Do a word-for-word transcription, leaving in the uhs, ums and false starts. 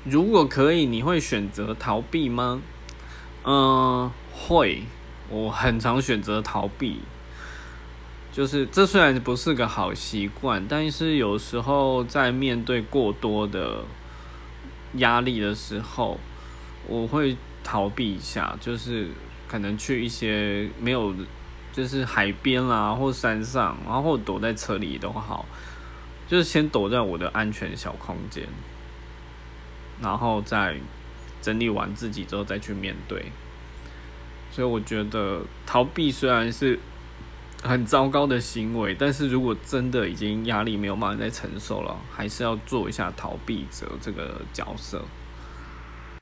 如果可以，你会选择逃避吗？嗯，会，我很常选择逃避。就是这虽然不是个好习惯，但是有时候在面对过多的压力的时候，我会逃避一下，就是可能去一些没有，就是海边啦或山上，然后或躲在车里都好，就是先躲在我的安全小空间，然后再整理完自己之后再去面对。所以我觉得逃避虽然是很糟糕的行为，但是如果真的已经压力没有办法再承受了，还是要做一下逃避者这个角色。